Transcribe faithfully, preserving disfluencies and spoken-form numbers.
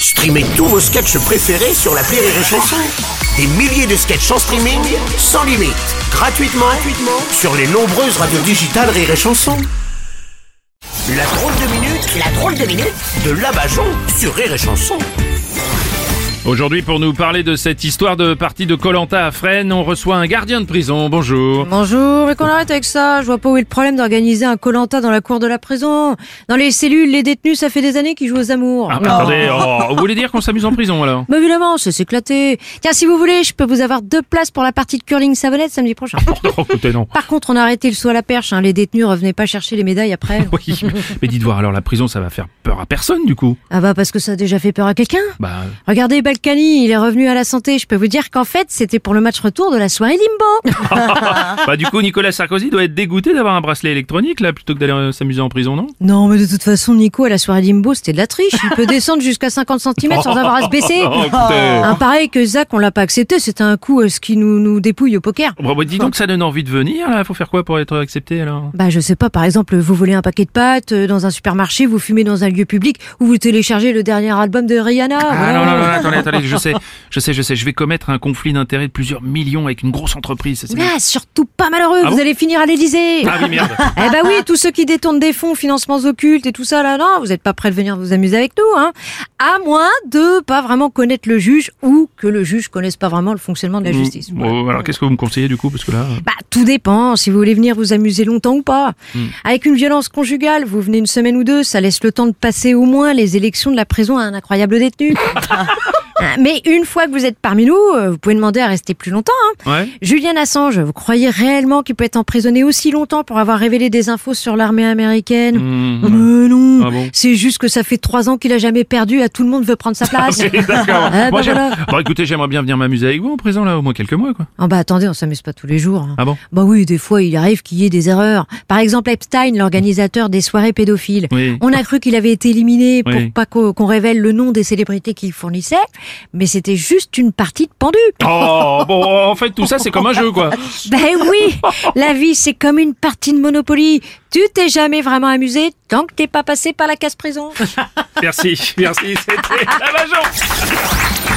Streamez tous vos sketchs préférés sur l'appli Rire et Chanson. Des milliers de sketchs en streaming, sans limite, gratuitement, gratuitement sur les nombreuses radios digitales Rire et Chanson. La drôle de minute, la drôle de minute de Labajon sur Rire et Chanson. Aujourd'hui, pour nous parler de cette histoire de partie de Koh-Lanta à Fresnes, on reçoit un gardien de prison. Bonjour. Bonjour, mais qu'on arrête avec ça. Je vois pas où est le problème d'organiser un Koh-Lanta dans la cour de la prison. Dans les cellules, les détenus, ça fait des années qu'ils jouent aux amours. Ah, bah, attendez, oh, vous voulez dire qu'on s'amuse en prison alors? Bah évidemment, c'est s'éclater. Tiens, si vous voulez, je peux vous avoir deux places pour la partie de curling savonnette samedi prochain. Oh, écoutez, non. Par contre, on a arrêté le saut à la perche, hein. Les détenus revenaient pas chercher les médailles après. Oui, mais, mais dites voir, alors la prison, ça va faire peur à personne du coup? Ah bah parce que ça a déjà fait peur à quelqu'un. Bah... Regardez Balkany, il est revenu à la santé. Je peux vous dire qu'en fait, c'était pour le match retour de la soirée Limbo. Bah du coup, Nicolas Sarkozy doit être dégoûté d'avoir un bracelet électronique là, plutôt que d'aller euh, s'amuser en prison, non? Non, mais de toute façon, Nico, à la soirée Limbo, c'était de la triche. Il peut descendre jusqu'à cinquante centimètres sans avoir à se baisser. Oh, écoutez. Un pareil que Zach, on l'a pas accepté. C'était un coup euh, ce qui nous, nous dépouille au poker. Bon, bah, dis donc, ça donne envie de venir là. Faut faire quoi pour être accepté alors? Bah, je sais pas, par exemple, vous volez un paquet de pâtes euh, dans un supermarché, vous fumez dans un lieu public, ou vous téléchargez le dernier album de Rihanna. Ah voilà. non, non, non, attendez, attendez, je sais, je sais, je sais, je vais commettre un conflit d'intérêts de plusieurs millions avec une grosse entreprise. Ça, c'est Ah, surtout pas malheureux, Ah vous bon allez finir à l'Élysée. Ah oui, merde. Eh bah oui, tous ceux qui détournent des fonds, financements occultes et tout ça, là, non, vous êtes pas prêts de venir vous amuser avec nous, hein. À moins de pas vraiment connaître le juge ou que le juge connaisse pas vraiment le fonctionnement de la justice. Voilà. Bon, alors qu'est-ce que vous me conseillez du coup, parce que là... Bah, tout dépend, si vous voulez venir vous amuser longtemps ou pas. Hmm. Avec une violence conjugale, vous venez une semaine ou deux, ça laisse le temps de passer au moins les élections de la prison à un incroyable détenu. Mais une fois que vous êtes parmi nous, vous pouvez demander à rester plus longtemps, hein. Ouais. Julian Assange, vous croyez réellement qu'il peut être emprisonné aussi longtemps pour avoir révélé des infos sur l'armée américaine? Mmh, Oh, mais non, Ah bon c'est juste que ça fait trois ans qu'il a jamais perdu, à tout le monde veut prendre sa place. Ok, d'accord. Ah, bah Moi, j'aime- voilà. Bon, écoutez, j'aimerais bien venir m'amuser avec vous en prison là, au moins quelques mois quoi. Oh bah attendez, on s'amuse pas tous les jours, hein. Ah bon? Bah oui, des fois il arrive qu'il y ait des erreurs. Par exemple Epstein, l'organisateur des soirées pédophiles. Oui. On a cru qu'il avait été éliminé pour Oui. pas qu'on qu'on révèle le nom des célébrités qu'il fournissait, mais c'était juste une partie de pendu. Oh, bon, en fait, tout ça, c'est comme un jeu quoi. Ben oui, la vie c'est comme une partie de Monopoly. Tu t'es jamais vraiment amusé tant que t'es pas passé par la case prison. Merci, merci, c'était Labajon.